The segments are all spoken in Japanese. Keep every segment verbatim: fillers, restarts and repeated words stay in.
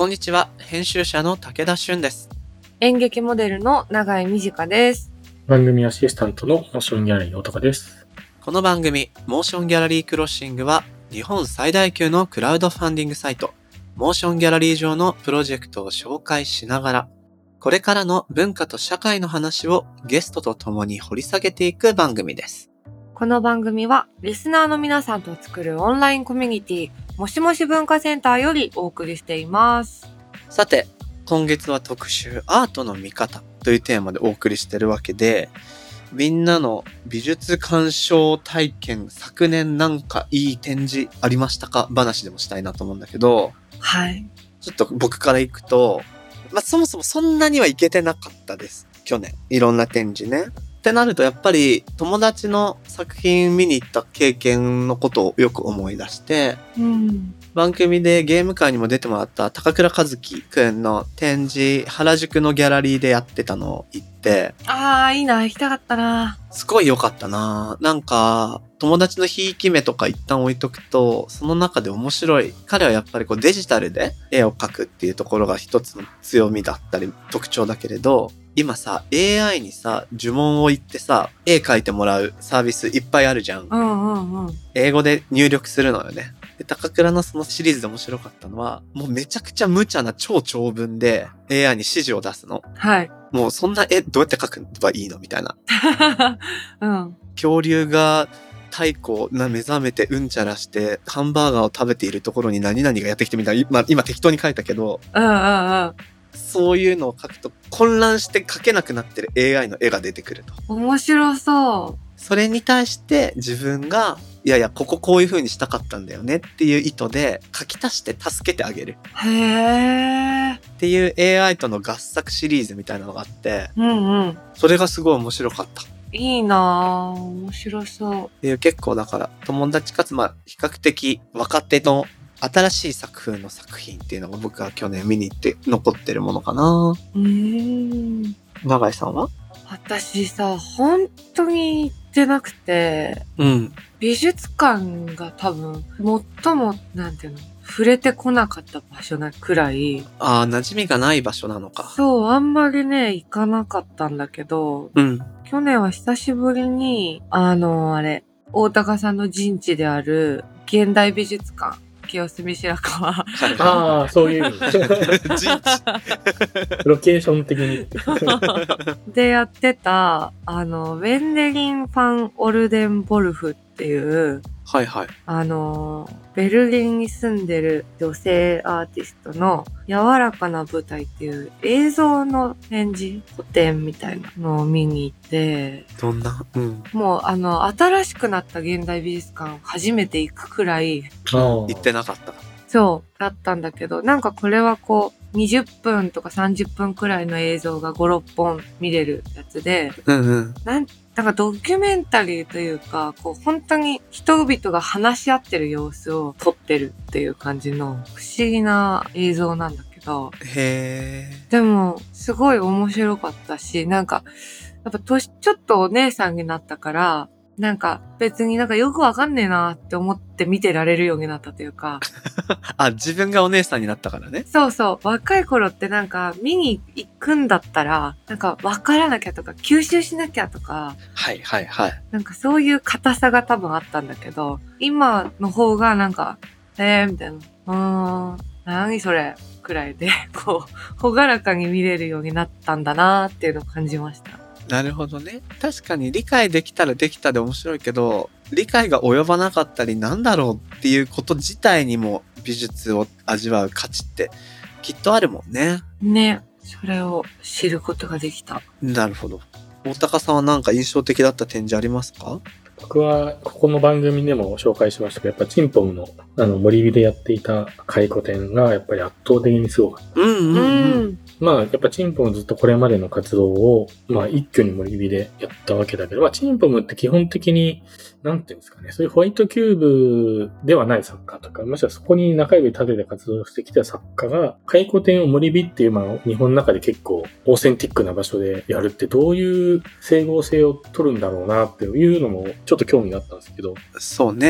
こんにちは、編集者の武田俊です。 演劇モデルの永井美智香です。 番組アシスタントのモーションギャラリー大高です。 この番組、モーションギャラリークロッシングは、日本最大級のクラウドファンディングサイト、モーションギャラリー上のプロジェクトを紹介しながら、これからの文化と社会の話をゲストと共に掘り下げていく番組です。 この番組は、リスナーの皆さんと作るオンラインコミュニティ、もしもし文化センターよりお送りしています。 さて、今月は特集アートの見方というテーマでお送りしているわけで、みんなの美術鑑賞体験、昨年なんかいい展示ありましたか話でもしたいなと思うんだけど、 はい。 ちょっと僕から行くと、まあ、そもそもそんなには行けてなかったです。去年。いろんな展示ね。ってなるとやっぱり友達の作品見に行った経験のことをよく思い出して、 うん、 番組でゲーム会にも出てもらった高倉和樹くんの展示、原宿のギャラリーでやってたのを行って、 あーいいな、行きたかったな。 すごい良かったな。なんか友達のひいき目とか一旦置いとくと、その中で面白い。彼はやっぱりこうデジタルで絵を描くっていうところが一つの強みだったり特徴だけれど、今さ エーアイ にさ呪文を言ってさ絵描いてもらうサービスいっぱいあるじゃん。 うんうんうん。 英語で入力するのよね。で高倉のそのシリーズで面白かったのは、もうめちゃくちゃ無茶な超長文で エーアイ に指示を出すの。 はい。 もうそんな絵どうやって描くばいいのみたいな。 うん。 恐竜が太古な目覚めてうんちゃらしてハンバーガーを食べているところに何々がやってきてみたいな、今、今適当に書いたけど、 うんうんうん。 そういうのを描くと混乱して描けなくなってる エーアイ の絵が出てくると。 面白そう。 それに対して自分がいやいやこここういう風にしたかったんだよねっていう意図で書き足して助けてあげる。 へー。 っていう エーアイ との合作シリーズみたいなのがあって、 うんうん。 それがすごい面白かった。 いいなぁ。面白そう。 っていう結構だから友達かつまあ比較的若手の新しい作風の作品っていうのが僕は去年見に行って残ってるものかな。 うーん。 永井さんは？ 私さ、本当に行ってなくて、 うん。 美術館が多分最もなんていうの触れてこなかった場所なくらい。 ああ、馴染みがない場所なのか。 そう、あんまりね、行かなかったんだけど、 うん。去年は久しぶりに、あの、あれ、大高さんの陣地である現代美術館。清澄白河。 ああ、そういう意味。ロケーション的に。 でやってた、あの、ウェンデリン・ファン・オルデンボルフっていう、 はいはい。 あの、ベルリンに住んでる女性アーティストの柔らかな舞台っていう映像の展示、古典みたいなのを見に行って、 どんな？うん。 もうあの、新しくなった現代美術館初めて行くくらい、 行ってなかった。 そう、だったんだけど、なんかこれはこう、にじゅっぷんとかさんじゅっぷんくらいの映像がご、ろっぽん見れるやつで、 うんうん。 なんなんかドキュメンタリーというか、こう本当に人々が話し合ってる様子を撮ってるっていう感じの不思議な映像なんだけど。 へー。 でも、すごい面白かったし、なんか、やっぱ年、ちょっとお姉さんになったから、なんか別になんかよくわかんねえなって思って見てられるようになったというか。 あ、自分がお姉さんになったからね。 そうそう。若い頃ってなんか見に行くんだったら、なんかわからなきゃとか吸収しなきゃとか。 はいはいはい。 なんかそういう硬さが多分あったんだけど、今の方がなんか、えーみたいな。うーん、何それくらいで、こう、ほがらかに見れるようになったんだなーっていうのを感じました。 なるほどね。確かに理解できたらできたで面白いけど、理解が及ばなかったりなんだろうっていうこと自体にも美術を味わう価値ってきっとあるもんね。 ね。それを知ることができた。 なるほど。大高さんは何か印象的だった展示ありますか？ 僕はここの番組でも紹介しましたけど、やっぱチンポムのあの森美でやっていた回顧展がやっぱり圧倒的にすごかった。 うんうんうん。 うんまあ、やっぱチンポムずっとこれまでの活動を、まあ一挙に森美でやったわけだけど、まあチンポムって基本的に、なんていうんですかね、そういうホワイトキューブではない作家とか、もしくはそこに中指立てて活動してきた作家が、回顧展を森美っていう、まあ日本の中で結構オーセンティックな場所でやるってどういう整合性を取るんだろうなっていうのもちょっと興味があったんですけど。 そうね。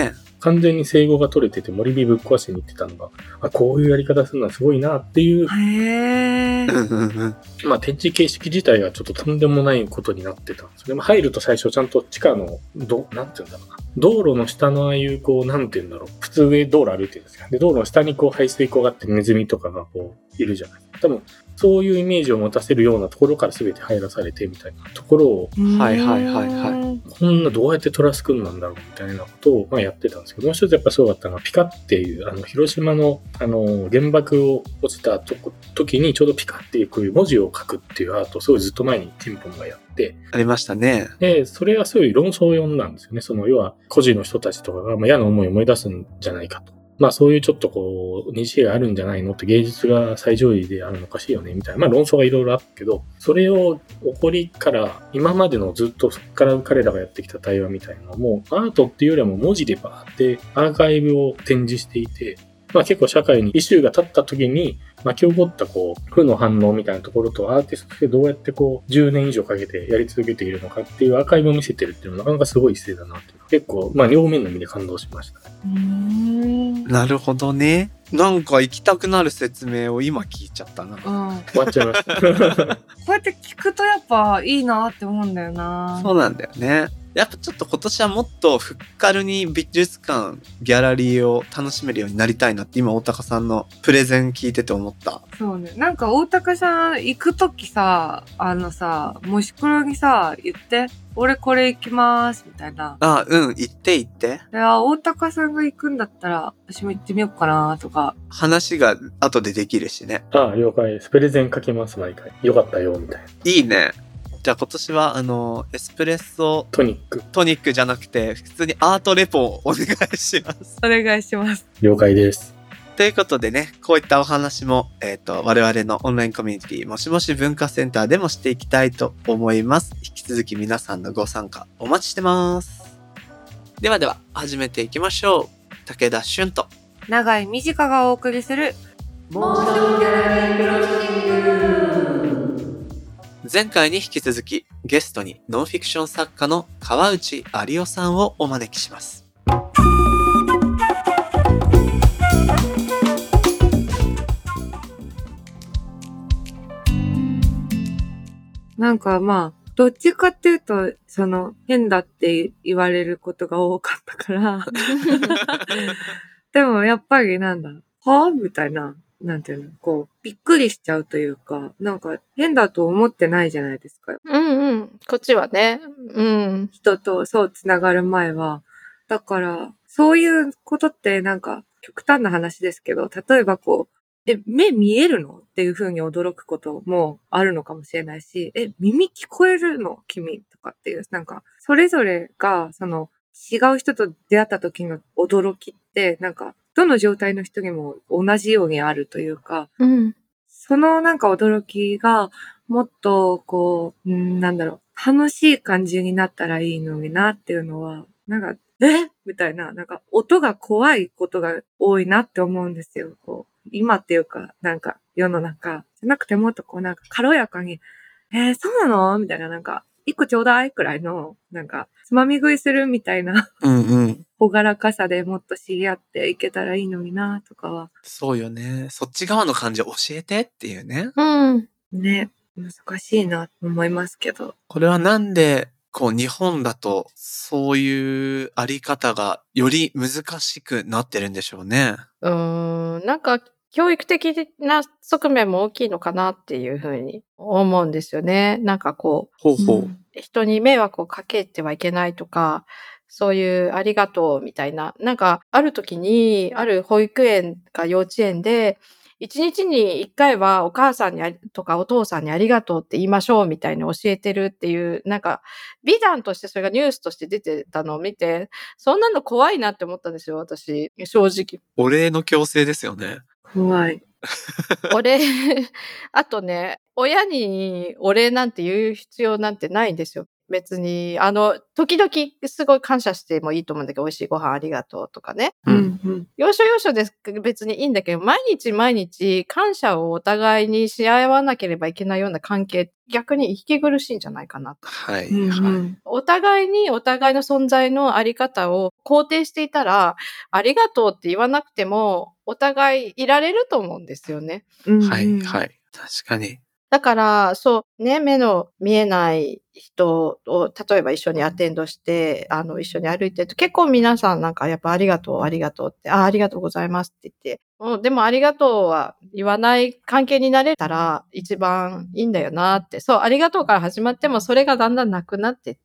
完全に整合が取れてて森火ぶっ壊しに行ってたのが、あ、こういうやり方するのはすごいなっていう、 へー。 うんうんうん。 まあ展示形式自体がちょっととんでもないことになってたんですよ。でも入ると最初ちゃんと地下の、ど、なんて言うんだろうな。道路の下のああいうこう、なんて言うんだろう。普通上道路歩いてるんですか。で、道路の下にこう排水溝があってネズミとかがこう、いるじゃないですか。多分、そういうイメージを持たせるようなところから全て入らされてみたいなところを、 はいはいはいはい。 こんなどうやってトラス組んだんだろうみたいなことをまあやってたんですけど、もう一つやっぱすごかったのはピカっていう、あの、広島のあの、原爆を落ちたとこ時にちょうどピカっていうこういう文字を書くっていうアートをすごいずっと前にティンポンがやって、 ありましたね。 で、それがすごい論争を呼んだんですよね。その、要は孤児の人たちとかがまあ嫌な思いを思い出すんじゃないかと。まあそういうちょっとこう、認識があるんじゃないのって芸術が最上位であるのおかしいよねみたいな、まあ論争がいろいろあったけど、それを起こりから今までのずっとそこから彼らがやってきた対話みたいなのも、アートっていうよりも文字でバーってアーカイブを展示していて、まあ結構社会にイシューが立った時に巻き起こったこう、負の反応みたいなところとアーティストとしてどうやってこう、じゅうねん以上かけてやり続けているのかっていうアーカイブを見せてるっていうのはなかなかすごい姿勢だなっていう。結構、まあ両面の意味で感動しました。 うーん。 なるほどね。なんか行きたくなる説明を今聞いちゃったな。 うん。 終わっちゃいました。 こうやって聞くとやっぱいいなって思うんだよな。 そうなんだよね。やっぱちょっと今年はもっとフッカルに美術館、ギャラリーを楽しめるようになりたいなって今大高さんのプレゼン聞いてて思った。 そうね。なんか大高さん行くときさ、あのさ、もし黒にさ、言って、俺これ行きまーす、みたいな。 あ、うん、行って行って。 いや、大高さんが行くんだったら、私も行ってみようかなとか。 話が後でできるしね。 ああ、了解です。プレゼン書きます、毎回。よかったよ、みたいな。 いいね。じゃあ今年はあの、エスプレッソトニック。 トニックじゃなくて、普通にアートレポをお願いします。 お願いします。 了解です。 ということでね、こういったお話も、えっと、我々のオンラインコミュニティ、もしもし文化センターでもしていきたいと思います。引き続き皆さんのご参加お待ちしてます。ではでは、始めていきましょう。武田俊と、 長井美智香がお送りする、 モーションギャラリークロッシング。前回に引き続き、ゲストにノンフィクション作家の川内有夫さんをお招きします。 なんかまあ、どっちかっていうと、その、変だって言われることが多かったから。でもやっぱりなんだ、はぁみたいな、なんていうの、こう、びっくりしちゃうというか、なんか変だと思ってないじゃないですか。 うんうん。こっちはね。うん。 人とそうつながる前は。だから、そういうことってなんか、極端な話ですけど、例えばこう、え、目見えるのっていう風に驚くこともあるのかもしれないし、え、耳聞こえるの君とかっていう、なんか、それぞれが、その、違う人と出会った時の驚きって、なんか、どの状態の人にも同じようにあるというか、 うん。 そのなんか驚きが、もっと、こう、んなんだろう、楽しい感じになったらいいのになっていうのは、なんか、えみたいな、なんか、音が怖いことが多いなって思うんですよ。こう今っていうか、なんか、世の中。じゃなくてもっとこう、なんか、軽やかに、えー、そうなのみたいな、なんか、一個ちょうだいくらいの、なんか、つまみ食いするみたいな、 うんうん。 ほがらかさでもっと知り合っていけたらいいのにな、とかは。 そうよね。そっち側の感じ教えてっていうね。 うん。 ね、難しいなと思いますけど。 これはなんで、こう日本だとそういうあり方がより難しくなってるんでしょうね。 うーん。なんか、教育的な側面も大きいのかなっていうふうに思うんですよね。なんかこう、 ほうほう。 うん人に迷惑をかけてはいけないとか、そういうありがとうみたいな。なんか、ある時に、ある保育園か幼稚園で、一日に一回はお母さんにありとかお父さんにありがとうって言いましょうみたいに教えてるっていう、なんか、美談としてそれがニュースとして出てたのを見て、そんなの怖いなって思ったんですよ、私。正直。 お礼の強制ですよね。 怖い。 お礼、あとね、親にお礼なんて言う必要なんてないんですよ。 別に、あの、時々すごい感謝してもいいと思うんだけど、美味しいご飯ありがとうとかね。 う。 うんんうん。 要所要所で別にいいんだけど、毎日毎日感謝をお互いにし合わなければいけないような関係、逆に息苦しいんじゃないかなと。 はい、 うんうはい。 ん。 お互いにお互いの存在のあり方を肯定していたら、ありがとうって言わなくても、お互いいられると思うんですよね。 うんうん。 はい、はい。確かに。 だから、そう、ね、目の見えない人を、例えば一緒にアテンドして、あの、一緒に歩いてると、結構皆さんなんかやっぱありがとう、ありがとうって、あ、ありがとうございますって言って、うん、でもありがとうは言わない関係になれたら一番いいんだよなって。そう、ありがとうから始まってもそれがだんだんなくなってって、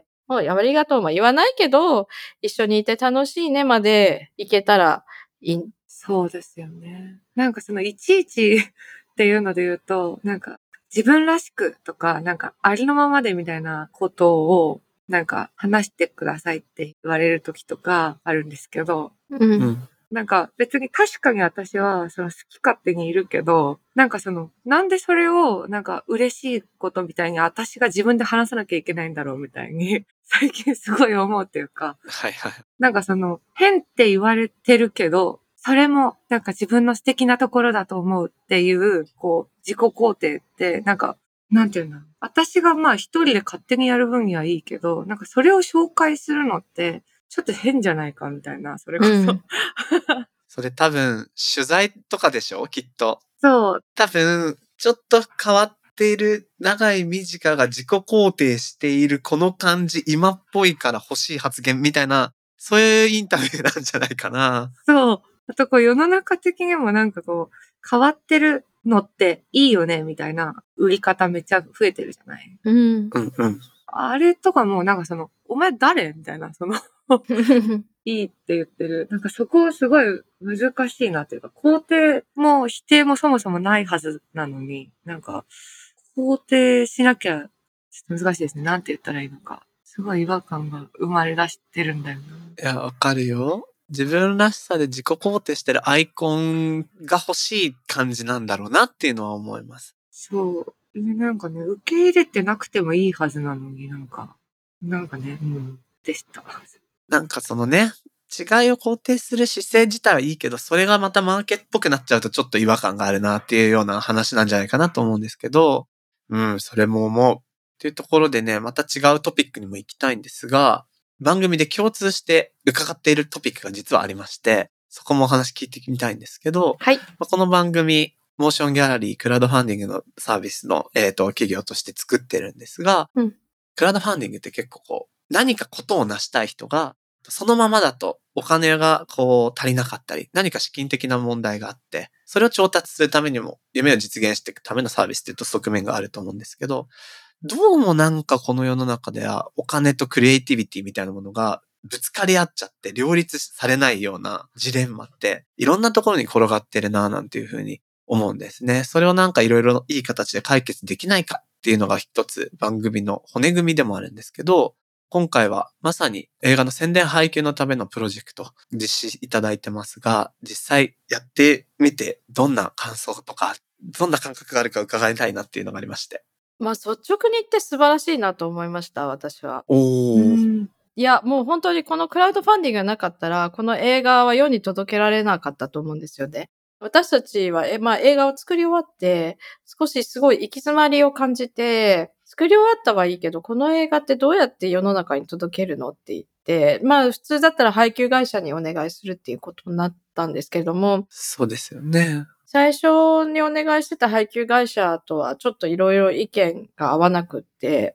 もうありがとうも言わないけど、一緒にいて楽しいねまでいけたらいい。 そうですよね。なんかそのいちいちっていうので言うと、なんか自分らしくとか、なんかありのままでみたいなことをなんか話してくださいって言われる時とかあるんですけど、 う。 うんん。 なんか別に確かに私はその好き勝手にいるけど、なんかその、なんでそれをなんか嬉しいことみたいに私が自分で話さなきゃいけないんだろうみたいに最近すごい思うっていうか、 はい、はい。 なんかその変って言われてるけど、それもなんか自分の素敵なところだと思うっていう、こう自己肯定って、なんか、なんていうんだろう。私がまあ一人で勝手にやる分にはいいけど、なんかそれを紹介するのって、ちょっと変じゃないかみたいな、それこそ。 うんそれ多分、取材とかでしょきっと。 そう。 多分、ちょっと変わっている長井美佳が自己肯定しているこの感じ、今っぽいから欲しい発言みたいな、そういうインタビューなんじゃないかな。 そう。あとこう世の中的にもなんかこう、変わってるのっていいよね、みたいな売り方めっちゃ増えてるじゃない。 うん。 うんうん。 あれとかもなんかその、お前誰みたいな、その、いいって言ってる。なんかそこはすごい難しいなっていうか、肯定も否定もそもそもないはずなのに、なんか、肯定しなきゃ、ちょっと難しいですね。なんて言ったらいいのか。すごい違和感が生まれ出してるんだよな。 いや、わかるよ。自分らしさで自己肯定してるアイコンが欲しい感じなんだろうなっていうのは思います。 そう。でなんかね、受け入れてなくてもいいはずなのになんか、なんかね、うん、でした。 なんかそのね、違いを肯定する姿勢自体はいいけど、それがまたマーケットっぽくなっちゃうとちょっと違和感があるなっていうような話なんじゃないかなと思うんですけど、うん、それも思う。っていうところでね、また違うトピックにも行きたいんですが、番組で共通して伺っているトピックが実はありまして、そこもお話聞いてみたいんですけど、 はい。 まあこの番組、モーションギャラリー、クラウドファンディングのサービスの、えっと、企業として作ってるんですが、 うんクラウドファンディングって結構こう、何かことを成したい人が、そのままだとお金がこう足りなかったり、何か資金的な問題があって、それを調達するためにも、夢を実現していくためのサービスっていうと側面があると思うんですけど、どうもなんかこの世の中ではお金とクリエイティビティみたいなものがぶつかり合っちゃって両立されないようなジレンマっていろんなところに転がってるなぁなんていうふうに思うんですね。それをなんかいろいろいい形で解決できないかっていうのが一つ番組の骨組みでもあるんですけど、今回はまさに映画の宣伝配給のためのプロジェクト実施いただいてますが、実際やってみてどんな感想とか、どんな感覚があるか伺いたいなっていうのがありまして。 まあ、率直に言って素晴らしいなと思いました、私は。 おー。 ん。 いや、もう本当にこのクラウドファンディングがなかったら、この映画は世に届けられなかったと思うんですよね。私たちは、え、まあ映画を作り終わって、少しすごい行き詰まりを感じて、作り終わったはいいけど、この映画ってどうやって世の中に届けるのって言って、まあ普通だったら配給会社にお願いするっていうことになったんですけれども、 そうですよね。 最初にお願いしてた配給会社とはちょっといろいろ意見が合わなくって、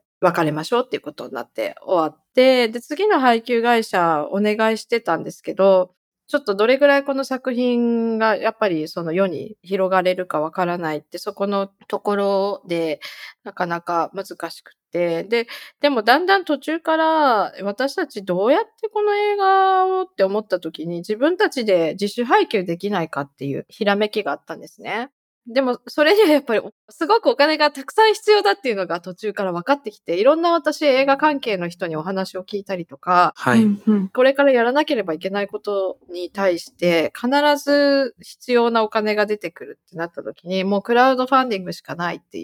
別れましょうっていうことになって終わって、で、次の配給会社お願いしてたんですけど、ちょっとどれぐらいこの作品がやっぱりその世に広がれるかわからないって、そこのところでなかなか難しくて、で、でもだんだん途中から私たちどうやってこの映画をって思った時に自分たちで自主配給できないかっていうひらめきがあったんですね。でもそれにはやっぱりすごくお金がたくさん必要だっていうのが途中から分かってきて、いろんな私映画関係の人にお話を聞いたりとか、 はい。 うんうん。 これからやらなければいけないことに対して必ず必要なお金が出てくるってなった時に、もうクラウドファンディングしかないっていう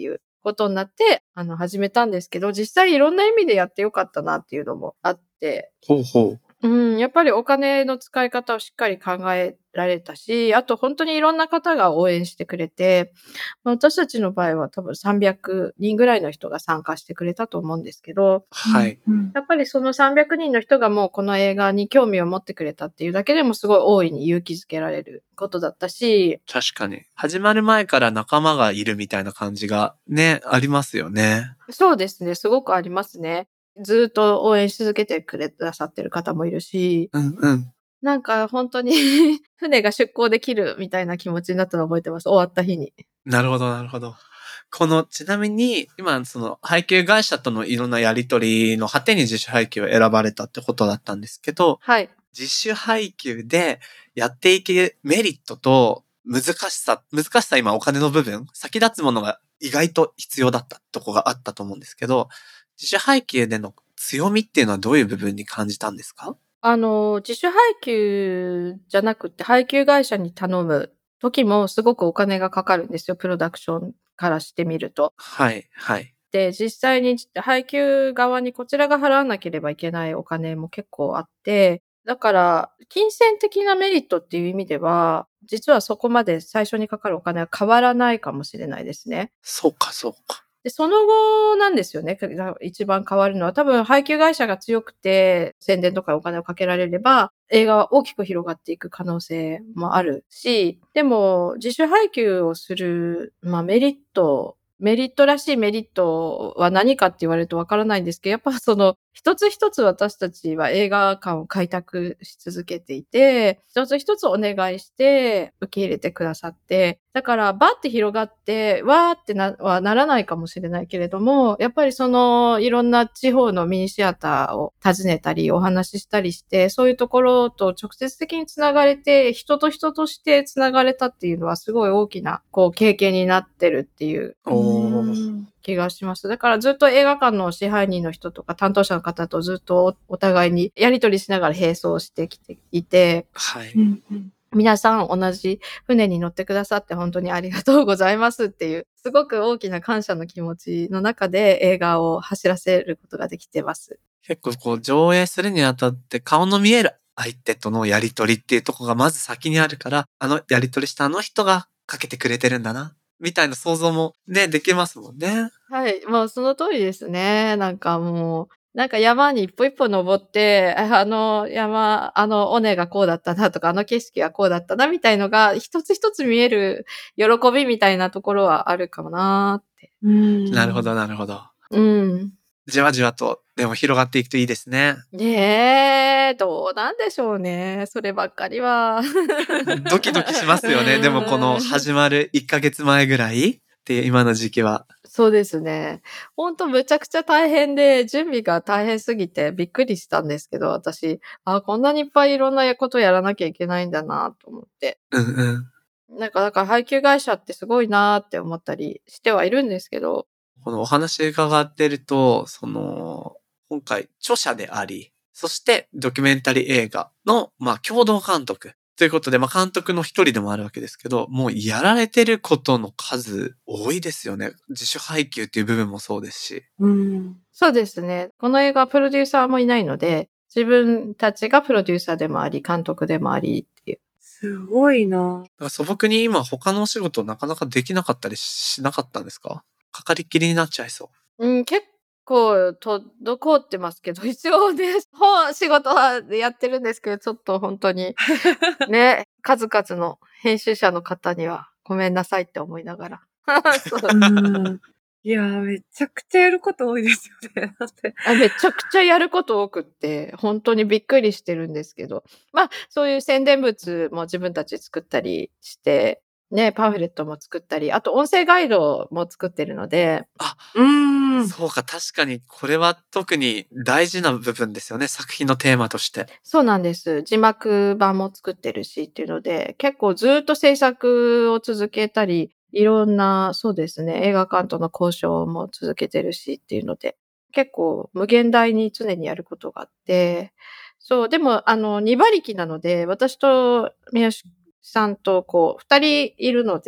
ことになって、あの、始めたんですけど、実際いろんな意味でやってよかったなっていうのもあって、 ほうほう。 うん、やっぱりお金の使い方をしっかり考えられたし、あと本当にいろんな方が応援してくれて、まあ私たちの場合は多分さんびゃくにんぐらいの人が参加してくれたと思うんですけど、 はい。 うんやっぱりそのさんびゃくにんの人がもうこの映画に興味を持ってくれたっていうだけでもすごい大いに勇気づけられることだったし、 確かに。始まる前から仲間がいるみたいな感じがね、ありますよね。 そうですね、すごくありますね。ずっと応援し続けてくれくださってる方もいるし、 うんうん。 なんか本当に船が出港できるみたいな気持ちになったのを覚えてます。終わった日に。 なるほど、なるほど。この、ちなみに、今、その、配給会社とのいろんなやりとりの果てに自主配給を選ばれたってことだったんですけど、 はい。 自主配給でやっていけメリットと難しさ、難しさ今お金の部分、先立つものが意外と必要だったとこがあったと思うんですけど、自主配給での強みっていうのはどういう部分に感じたんですか？ あの、自主配給じゃなくて、配給会社に頼む時もすごくお金がかかるんですよ、プロダクションからしてみると。 はい、はい。 で、実際に配給側にこちらが払わなければいけないお金も結構あって、だから、金銭的なメリットっていう意味では、実はそこまで最初にかかるお金は変わらないかもしれないですね。 そうか、そうか。 で、その後なんですよね。一番変わるのは。多分配給会社が強くて、宣伝とかお金をかけられれば、映画は大きく広がっていく可能性もあるし、でも自主配給をする、まあメリット、メリットらしいメリットは何かって言われるとわからないんですけど、やっぱその一つ一つ私たちは映画館を開拓し続けていて、一つ一つお願いして受け入れてくださって、だからバーって広がって、わーってな、はならないかもしれないけれども、やっぱりそのいろんな地方のミニシアターを訪ねたりお話ししたりして、そういうところと直接的につながれて、人と人としてつながれたっていうのはすごい大きなこう経験になってるっていうおー。 気がします。だからずっと映画館の支配人の人とか担当者の方とずっとお互いにやり取りしながら並走してきていて、 はい。 うんうん皆さん同じ船に乗ってくださって本当にありがとうございますっていう、すごく大きな感謝の気持ちの中で映画を走らせることができてます。 結構こう上映するにあたって顔の見える相手とのやりとりっていうところがまず先にあるから、あのやりとりしたあの人がかけてくれてるんだな、みたいな想像もね、できますもんね。 はい、もうその通りですね。なんかもう、なんか山に一歩一歩登って、ああの山、あの尾根がこうだったなとか、あの景色がこうだったなみたいのが一つ一つ見える喜びみたいなところはあるかもなーって。 うんなるほど、なるほど。 うん。 じわじわと、でも広がっていくといいですね。 ねえ、どうなんでしょうね。そればっかりは。 ドキドキしますよね。でもこの始まるいっかげつまえぐらいっていう今の時期は。 そうですね。ほんとむちゃくちゃ大変で、準備が大変すぎてびっくりしたんですけど、私、あ、こんなにいっぱいいろんなことやらなきゃいけないんだなと思って。 うんうん。 なんか、だから配給会社ってすごいなって思ったりしてはいるんですけど。 このお話伺ってると、その、今回著者であり、そしてドキュメンタリー映画の、まあ共同監督。ということで、まあ監督の一人でもあるわけですけど、もうやられてることの数多いですよね。自主配給っていう部分もそうですし。 うんそうですね。この映画はプロデューサーもいないので、自分たちがプロデューサーでもあり、監督でもありっていう。 すごいな。 だから素朴に今他のお仕事なかなかできなかったりしなかったんですか？かかりっきりになっちゃいそう。 うん、結構滞ってますけど、一応ね、本仕事はやってるんですけど、ちょっと本当にね、数々の編集者の方にはごめんなさいって思いながら。そううんいやー、めちゃくちゃやること多いですよね。だって。 あめちゃくちゃやること多くって、本当にびっくりしてるんですけど。まあ、そういう宣伝物も自分たち作ったりして、ね、パンフレットも作ったり、あと音声ガイドも作ってるので、 あ、 うーん。 そうか、確かにこれは特に大事な部分ですよね。作品のテーマとして。 そうなんです。字幕版も作ってるしっていうので、結構ずっと制作を続けたり、いろんな、そうですね、映画館との交渉も続けてるしっていうので、結構無限大に常にやることがあって、そう、でも、あの、に馬力なので、私と宮吉さんとこう、二人いるので、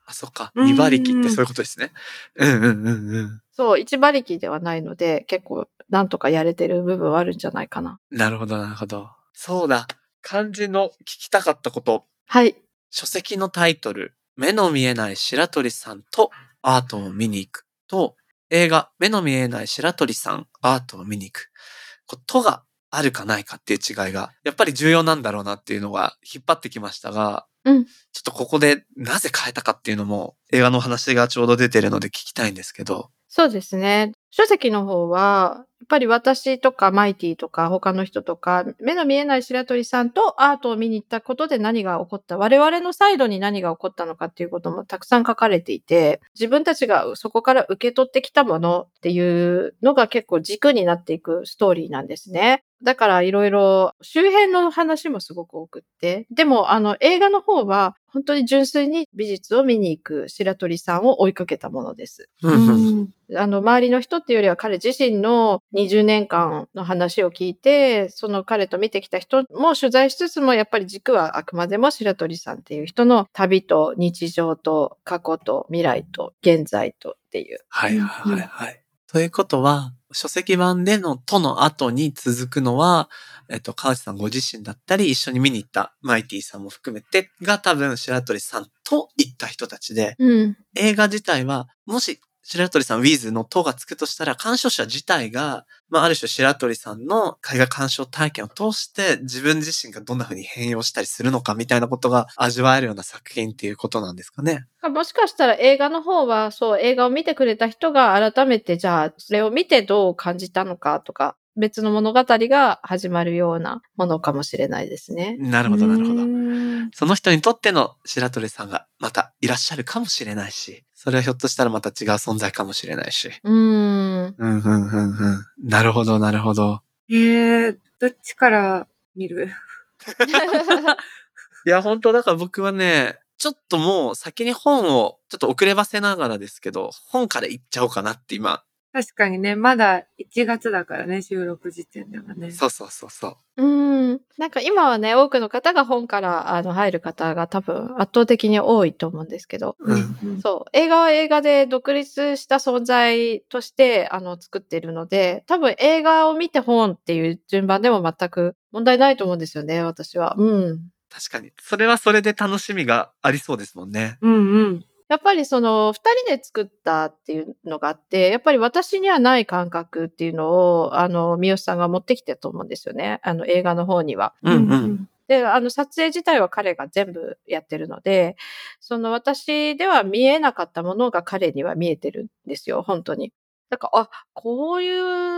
あ、そっか。 うん二馬力ってそういうことですね。うんうんうんうん。 そう、一馬力ではないので、結構なんとかやれてる部分はあるんじゃないかな。 なるほど、なるほど。そうだ。漢字の聞きたかったこと。 はい。 書籍のタイトル、目の見えない白鳥さんとアートを見に行くと、映画、目の見えない白鳥さん、アートを見に行く。こうとがあるかないかっていう違いが、やっぱり重要なんだろうなっていうのが引っ張ってきましたが、 うん。 ちょっとここでなぜ変えたかっていうのも映画の話がちょうど出てるので聞きたいんですけど。 そうですね。書籍の方は、やっぱり私とかマイティとか他の人とか、目の見えない白鳥さんとアートを見に行ったことで何が起こった、我々のサイドに何が起こったのかっていうこともたくさん書かれていて、自分たちがそこから受け取ってきたものっていうのが結構軸になっていくストーリーなんですね。だからいろいろ周辺の話もすごく多くって。でもあの映画の方は本当に純粋に美術を見に行く白鳥さんを追いかけたものです。 うんあの周りの人っていうよりは彼自身のにじゅうねんかんの話を聞いて、その彼と見てきた人も取材しつつもやっぱり軸はあくまでも白鳥さんっていう人の旅と日常と過去と未来と現在とっていう。 はいはいはいはい。ということは、書籍版でのとの後に続くのは、えっと、川内さんご自身だったり、一緒に見に行ったマイティさんも含めてが多分白鳥さんと行った人たちで、 うん。 映画自体は、もし白鳥さんウィズのとがつくとしたら、鑑賞者自体が、まあ、ある種白鳥さんの絵画鑑賞体験を通して自分自身がどんな風に変容したりするのかみたいなことが味わえるような作品っていうことなんですかね。 もしかしたら映画の方は、そう、映画を見てくれた人が改めて、じゃあ、それを見てどう感じたのかとか、別の物語が始まるようなものかもしれないですね。 なるほど、なるほど。 うんその人にとっての白鳥さんがまたいらっしゃるかもしれないし、それはひょっとしたらまた違う存在かもしれないし。 うーん。 うん、うん、うん、うん。なるほど、なるほど。 えー、どっちから見る？ いや、本当だから僕はね、ちょっともう先に本をちょっと遅ればせながらですけど、本から行っちゃおうかなって今。 確かにね、まだいちがつだからね、収録時点ではね。 そうそうそうそう。 うーん。なんか今はね、多くの方が本からあの入る方が多分圧倒的に多いと思うんですけど、 うんうんそう、映画は映画で独立した存在としてあの作っているので、多分映画を見て本っていう順番でも全く問題ないと思うんですよね、私は。うん。 確かに。それはそれで楽しみがありそうですもんね。 うんうんやっぱりその二人で作ったっていうのがあって、やっぱり私にはない感覚っていうのを、あの、三好さんが持ってきてると思うんですよね。あの映画の方には。 うんうん。 で、あの撮影自体は彼が全部やってるので、その私では見えなかったものが彼には見えてるんですよ、本当に。だから、あ、こういう、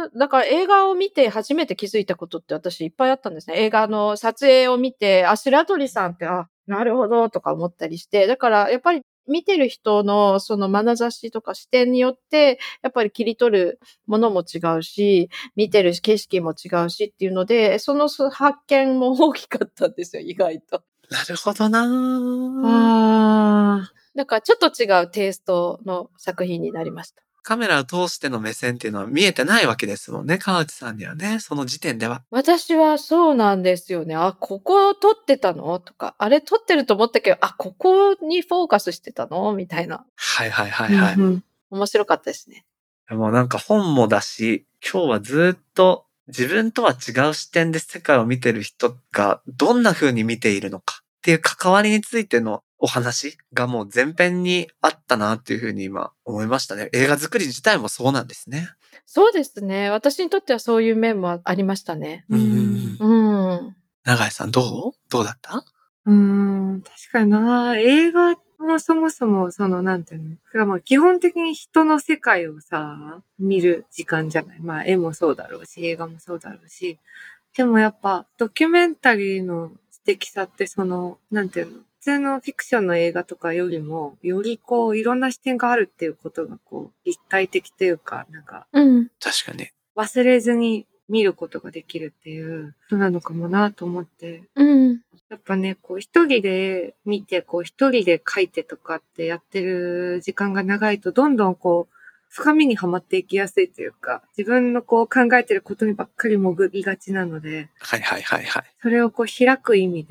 だから映画を見て初めて気づいたことって私いっぱいあったんですね。映画の撮影を見て、あ、白鳥さんって、あ、なるほどとか思ったりして、だからやっぱり見てる人のその眼差しとか視点によって、やっぱり切り取るものも違うし、見てる景色も違うしっていうので、その発見も大きかったんですよ、意外と。 なるほどなぁ。 あだからちょっと違うテイストの作品になりました。 カメラを通しての目線っていうのは見えてないわけですもんね、川内さんにはね、その時点では。 私はそうなんですよね。あ、ここ撮ってたのとか、あれ撮ってると思ったけど、あ、ここにフォーカスしてたのみたいな。 はいはいはーいはい。 うんうん面白かったですね。 でもなんか本もだし、今日はずっと自分とは違う視点で世界を見てる人がどんな風に見ているのかっていう関わりについてのお話がもう前編にあったなっていう風に今思いましたね。映画作り自体もそうなんですね。 そうですね。私にとってはそういう面もありましたね。 うんうんうん。 うん。 長井さんどうどうだった？ うーん、確かにな。映画もそもそも、その、なんていうの。それはもう基本的に人の世界をさ、見る時間じゃない。まあ、絵もそうだろうし、映画もそうだろうし。でもやっぱ、ドキュメンタリーの素敵さって、その、なんていうの。普通のフィクションの映画とかよりも、よりこう、いろんな視点があるっていうことが、こう、立体的というか、なんか、 うん。 確かに。 忘れずに見ることができるっていうことなのかもなと思って。 うん。 やっぱね、こう一人で見て、こう一人で書いてとかってやってる時間が長いと、どんどんこう、深みにはまっていきやすいというか、自分のこう考えてることにばっかり潜りがちなので、 はいはいはいはい。 それをこう開く意味で、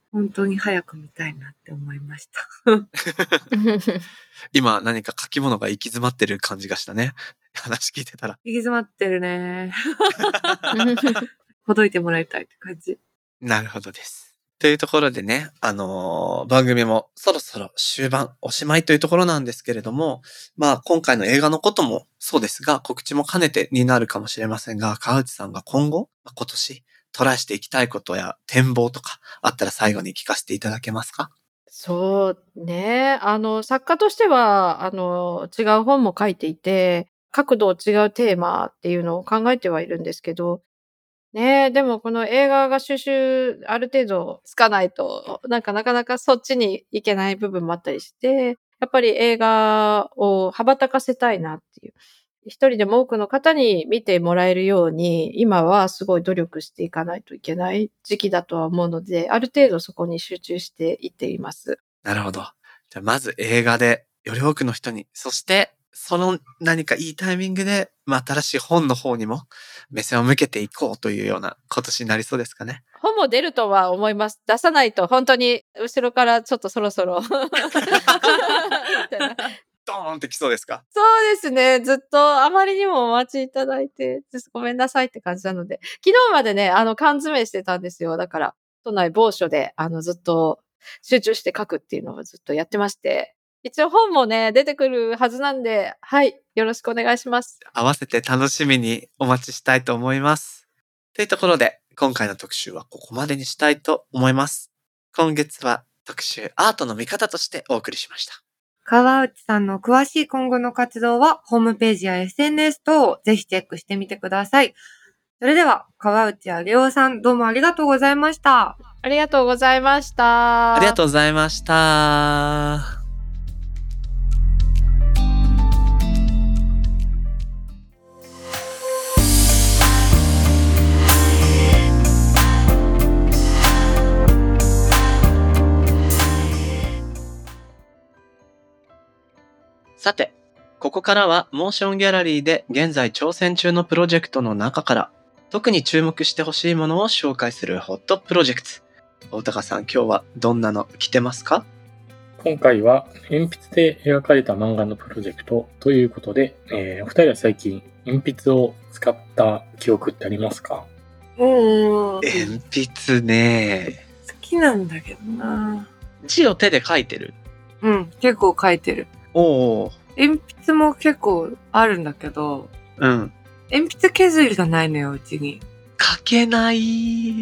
本当に早く見たいなって思いました。 今何か書き物が行き詰まってる感じがしたね。話聞いてたら。 行き詰まってるね。ほどいてもらいたいって感じ。 なるほどです。というところでね、あのー番組もそろそろ終盤、おしまいというところなんですけれども、まあ今回の映画のこともそうですが、告知も兼ねてになるかもしれませんが、川内さんが今後、今年トライしていきたいことや展望とかあったら最後に聞かせていただけますか？ そうね。あの、作家としては、あの、違う本も書いていて、角度違うテーマっていうのを考えてはいるんですけど、ねえ、でもこの映画が収集ある程度つかないと、なんかなかなかそっちに行けない部分もあったりして、やっぱり映画を羽ばたかせたいなっていう。一人でも多くの方に見てもらえるように、今はすごい努力していかないといけない時期だとは思うので、ある程度そこに集中していっています。 なるほど。じゃあまず映画でより多くの人に、そしてその何かいいタイミングで、まあ、新しい本の方にも目線を向けていこうというような今年になりそうですかね。 本も出るとは思います。出さないと本当に後ろからちょっとそろそろみたいな。 ドーンってきそうですか？ そうですね。ずっとあまりにもお待ちいただいて、ごめんなさいって感じなので、昨日までね、あの、缶詰してたんですよ。だから、都内某所で、あの、ずっと集中して書くっていうのをずっとやってまして、一応本もね、出てくるはずなんで、はい、よろしくお願いします。 合わせて楽しみにお待ちしたいと思います。というところで、今回の特集はここまでにしたいと思います。今月は特集アートの見方としてお送りしました。 川内さんの詳しい今後の活動は、ホームページや エスエヌエス 等をぜひチェックしてみてください。それでは、川内あげおさん、どうもありがとうございました。 ありがとうございました。 ありがとうございました。さて、ここからはモーションギャラリーで現在挑戦中のプロジェクトの中から特に注目してほしいものを紹介するホットプロジェクト。大高さん、今日はどんなの来てますか？ 今回は鉛筆で描かれた漫画のプロジェクトということで、えー、お二人は最近鉛筆を使った記憶ってありますか？ うん。 鉛筆ね。 好きなんだけどな。 字を手で書いてる？ うん、結構書いてる。 おー。 鉛筆も結構あるんだけど、 うん。 鉛筆削りがないのよ、うちに。 書けない。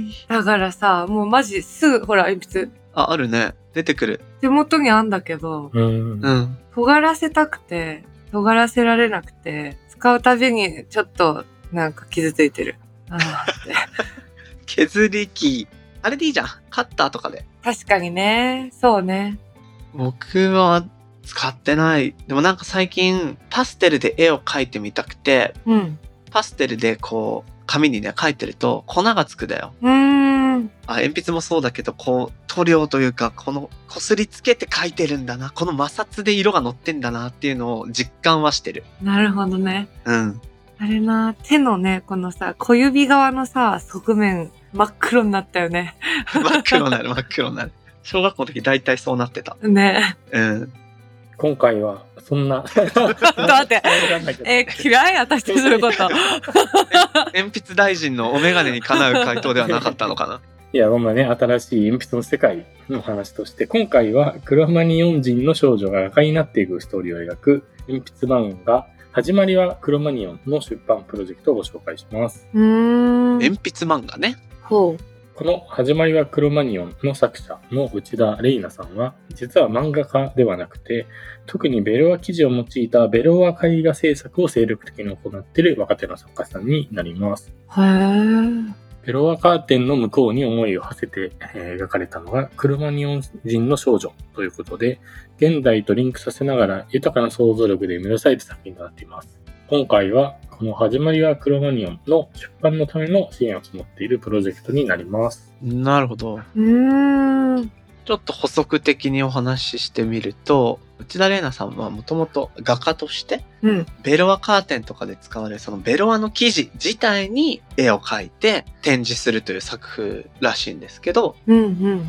だからさ、もうマジすぐ、ほら、鉛筆。 あ、あるね。出てくる。 手元にあんだけど、 うん。 うん。 尖らせたくて、尖らせられなくて、使うたびにちょっとなんか傷ついてる。あーって削り器。あれでいいじゃん。カッターとかで。 確かにね。そうね。 僕は使ってない。でもなんか最近パステルで絵を描いてみたくて、 うん。 パステルでこう紙にね描いてると粉がつくだよ。 うーん。 あ、鉛筆もそうだけど、こう塗料というかこの擦りつけて描いてるんだな。この摩擦で色が乗ってんだなっていうのを実感はしてる。 なるほどね。 うん。 あれな、手のね、このさ、小指側のさ、側面、真っ黒になったよね。 真っ黒になる真っ黒になる。小学校の時大体そうなってた。 ね。 うん。 今回はそんなちょっと待って。え、嫌い私とすること。 鉛筆大臣のお眼鏡にかなう回答ではなかったのかな。 いや、そんなね、新しい鉛筆の世界の話として、今回はクロマニヨン人の少女が画家になっていくストーリーを描く鉛筆漫画、始まりはクロマニヨンの出版プロジェクトをご紹介します。 うーん。 鉛筆漫画ね。 ほう。 この始まりはクロマニヨンの作者の内田玲奈さんは、実は漫画家ではなくて、特にベロア生地を用いたベロア絵画制作を精力的に行っている若手の作家さんになります。 へー。 ベロアカーテンの向こうに思いを馳せて、えー描かれたのがクロマニヨン人の少女ということで、現代とリンクさせながら豊かな想像力で生み出された作品となっています。今回はこの始まりはクロマニヨンの出版のための支援を募っているプロジェクトになります。 なるほど。 うーん。 ちょっと補足的にお話ししてみると、内田玲奈さんはもともと画家として、 うん。 ベロアカーテンとかで使われるそのベロアの生地自体に絵を描いて展示するという作風らしいんですけど、 うん、うん、うん。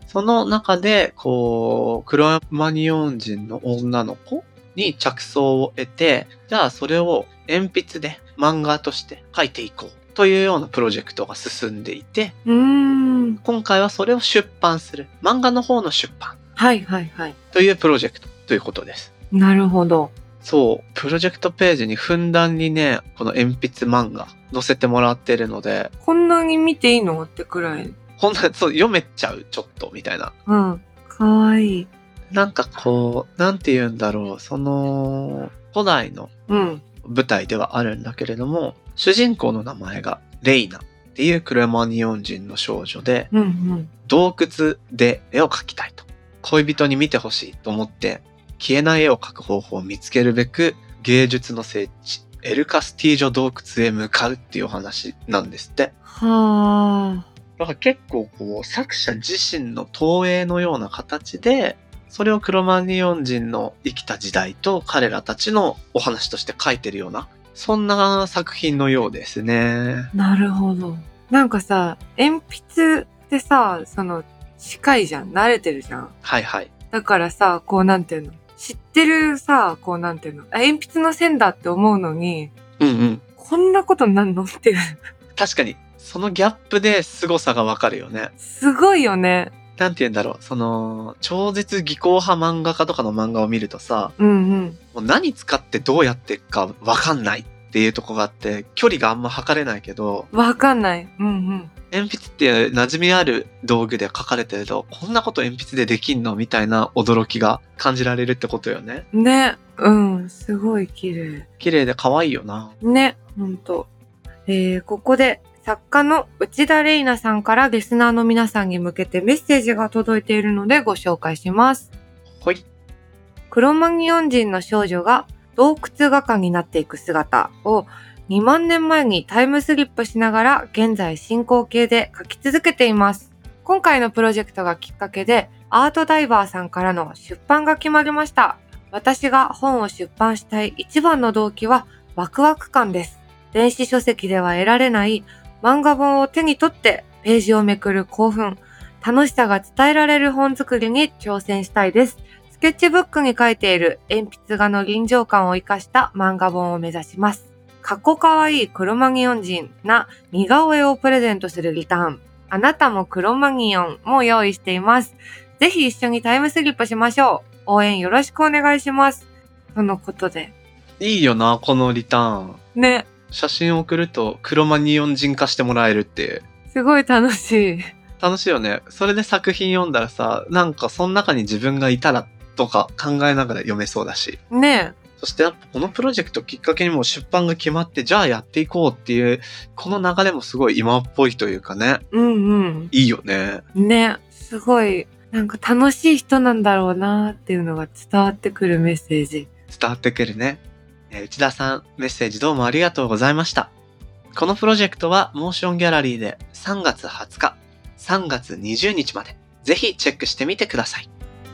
その中で、こう、クロマニヨン人の女の子に着想を得て、じゃあそれを鉛筆で漫画として描いていこうというようなプロジェクトが進んでいて、 うーん。 今回はそれを出版する。漫画の方の出版はいはいはい。 というプロジェクトということです。 なるほど。 そう、プロジェクトページにふんだんにね、この鉛筆漫画載せてもらってるので、 こんなに見ていいのってくらい。 こんな、そう、読めちゃう、ちょっと、みたいな。 うん。かわいい。 なんかこう、なんて言うんだろう、その、古代のうん。 舞台ではあるんだけれども、主人公の名前がレイナっていうクロマニヨン人の少女で、 うんうん。 洞窟で絵を描きたいと。恋人に見てほしいと思って、消えない絵を描く方法を見つけるべく、芸術の聖地、エルカスティージョ洞窟へ向かうっていうお話なんですって。 はあ。 だから結構こう、作者自身の投影のような形で、それをクロマニヨン人の生きた時代と彼らたちのお話として書いてるような、そんな作品のようですね。 なるほど。なんかさ、鉛筆ってさ、その、近いじゃん。慣れてるじゃん。 はいはい。 だからさ、こうなんていうの。知ってるさ、こうなんていうの。あ、鉛筆の線だって思うのに、 うんうん。 こんなことなんのっていう。 確かに、そのギャップで凄さがわかるよね。 すごいよね。 なんて言うんだろう。その、超絶技巧派漫画家とかの漫画を見るとさ、 うんうん。 もう何使ってどうやっていくかわかんないっていうとこがあって、距離があんま測れないけど、 わかんない。うんうん。 鉛筆って馴染みある道具で書かれてると、こんなこと鉛筆でできんのみたいな驚きが感じられるってことよね。 ね。うん。すごい綺麗。 綺麗で可愛いよな。 ね。ほんと。えー、ここで作家の内田玲奈さんからリスナーの皆さんに向けてメッセージが届いているのでご紹介します。 ほい。 クロマニヨン人の少女が洞窟画家になっていく姿をにまんねんまえにタイムスリップしながら現在進行形で描き続けています。今回のプロジェクトがきっかけでアートダイバーさんからの出版が決まりました。私が本を出版したい一番の動機はワクワク感です。電子書籍では得られない漫画本を手に取ってページをめくる興奮、楽しさが伝えられる本作りに挑戦したいです。スケッチブックに書いている鉛筆画の臨場感を生かした漫画本を目指します。かっこかわいいクロマニヨン人な似顔絵をプレゼントするリターン。あなたもクロマニヨンも用意しています。ぜひ一緒にタイムスリップしましょう。応援よろしくお願いします。とのことで。 いいよな、このリターン。 ね。 写真を送るとクロマニヨン人化してもらえるっていう。 すごい楽しい。 楽しいよね。それで作品読んだらさ、なんかその中に自分がいたらとか考えながら読めそうだし。 ね。 そしてやっぱこのプロジェクトきっかけにもう出版が決まって、じゃあやっていこうっていう、この流れもすごい今っぽいというかね。 うんうん。 いいよね。 ね。すごい、なんか楽しい人なんだろうなっていうのが伝わってくるメッセージ。 伝わってくるね。えー内田さん、メッセージどうもありがとうございました。このプロジェクトはモーションギャラリーでさんがつはつか、さんがつにじゅうにちまで、ぜひチェックしてみてください。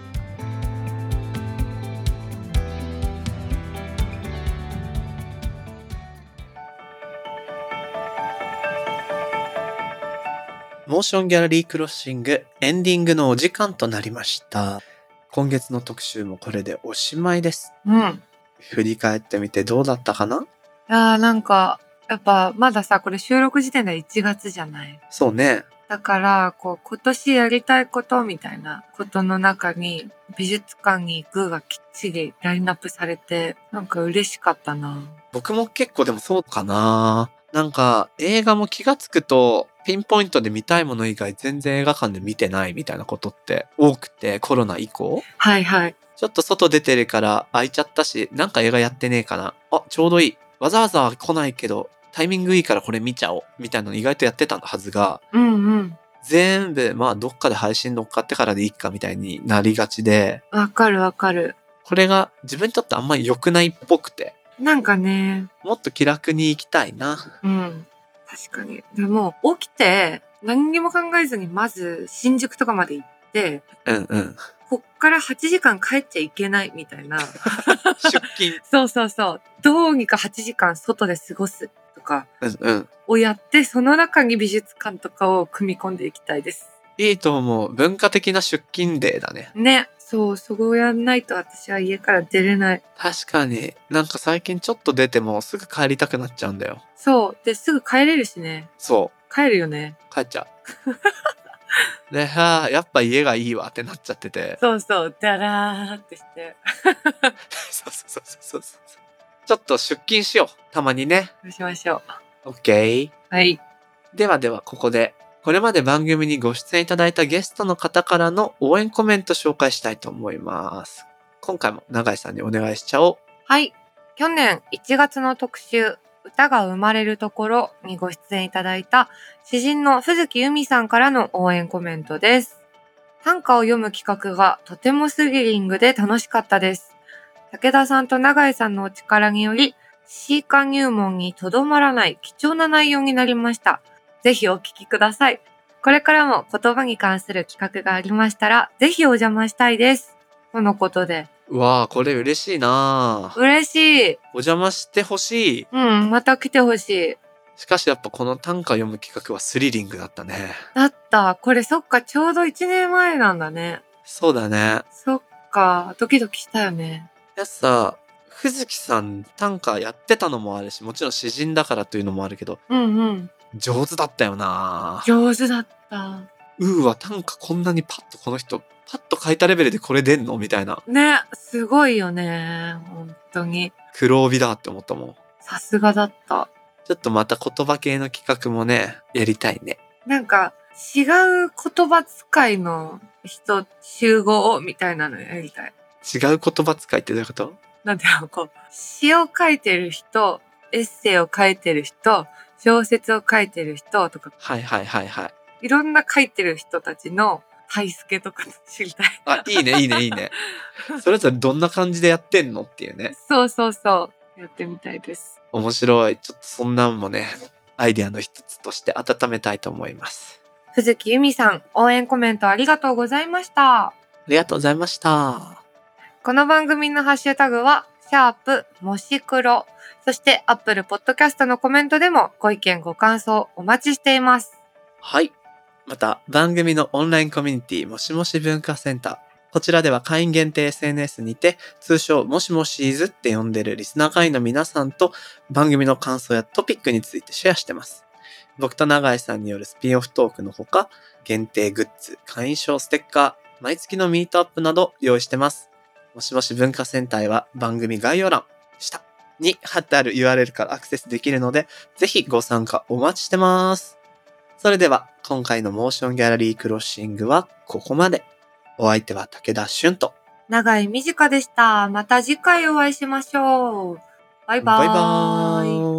モーションギャラリークロッシングエンディングのお時間となりました。今月の特集もこれでおしまいです。 うん。 振り返ってみてどうだったかな？ いやーなんか、やっぱまださ、これ収録時点でいちがつじゃない。 そうね。 だから、こう、今年やりたいことみたいなことの中に、美術館に行くがきっちりラインナップされて、なんか嬉しかったな。 僕も結構でもそうかな。なんか映画も気がつくとピンポイントで見たいもの以外全然映画館で見てないみたいなことって多くて、コロナ以降。 はいはい。 ちょっと外出てるから空いちゃったし、なんか映画やってねえかな。あ、ちょうどいい。わざわざ来ないけどタイミングいいからこれ見ちゃおうみたいなの意外とやってたはずが、 うんうん。 全部まあどっかで配信乗っかってからでいいかみたいになりがちで、 わかるわかる。 これが自分にとってあんまり良くないっぽくて、 なんかね。 もっと気楽に行きたいな。 うん。確かに。でも、起きて、何にも考えずに、まず、新宿とかまで行って、 うんうん。 こっからはちじかん帰っちゃいけないみたいな。 出勤。 そうそうそう。どうにかはちじかん外で過ごすとかうんうん。 をやって、その中に美術館とかを組み込んでいきたいです。 いいと思う。文化的な出勤デーだね。 ね。そう、そこやんないと私は家から出れない。 確かに。なんか最近ちょっと出てもすぐ帰りたくなっちゃうんだよ。 そう。で、すぐ帰れるしね。 そ帰るよね。 う。帰っちゃう。で、はあ、やっぱ家がいいわってなっちゃってて。 そうそう。だらーってして。 そうそうそうそうそう。ちょっと出勤しよう。たまにね。 そうしましょう。 OK。 はい。 ではではここで、これまで番組にご出演いただいたゲストの方からの応援コメント紹介したいと思います。今回も永井さんにお願いしちゃおう。 はい。去年いちがつの特集、歌が生まれるところにご出演いただいた詩人の鈴木由美さんからの応援コメントです。短歌を読む企画がとてもスリリングで楽しかったです。武田さんと永井さんのお力により、詩歌入門にとどまらない貴重な内容になりました。ぜひお聞きください。これからも言葉に関する企画がありましたら、ぜひお邪魔したいです。とのことで。 うわあ、これ嬉しいなぁ。 嬉しい。 お邪魔してほしい。 うん、また来てほしい。 しかしやっぱこの短歌読む企画はスリリングだったね。 だった。これそっか、ちょうどいちねんまえなんだね。 そうだね。 そっか、ドキドキしたよね。 やさ、藤木さん短歌やってたのもあるし、もちろん詩人だからというのもあるけど、 うんうん。 上手だったよなぁ。 上手だった。 うーわ、短歌こんなにパッとこの人、パッと書いたレベルでこれ出んのみたいな。 ね、すごいよね。本当に。 黒帯だって思ったもん。 さすがだった。 ちょっとまた言葉系の企画もね、やりたいね。 なんか、違う言葉遣いの人集合みたいなのやりたい。 違う言葉使いってどういうこと？ なんていうの、こう、詩を書いてる人、エッセイを書いてる人、小説を書いてる人とか、 はいはいはいはい。 いろんな書いてる人たちのタイスケとか知りたい。 あ、いいねいいねいいね。それぞれどんな感じでやってんのっていうね。 そうそうそう。やってみたいです。 面白い。ちょっとそんなんもね、アイデアの一つとして温めたいと思います。 藤木由美さん、応援コメントありがとうございました。 ありがとうございました。 この番組のハッシュタグは、シャープもし黒。そしてアップルポッドキャストのコメントでもご意見ご感想お待ちしています。 はい。また、番組のオンラインコミュニティもしもし文化センター。こちらでは会員限定 エスエヌエス にて、通称もしもしーずって呼んでるリスナー会員の皆さんと番組の感想やトピックについてシェアしてます。僕と永井さんによるスピンオフトークのほか、限定グッズ、会員証ステッカー、毎月のミートアップなど用意してます。もしもし文化センターへは番組概要欄、下に貼ってある ユーアールエル からアクセスできるので、ぜひご参加お待ちしてます。それでは、今回のモーションギャラリークロッシングはここまで。お相手は武田俊と。 長井美智香でした。また次回お会いしましょう。バイバーイ。 バイバーイ。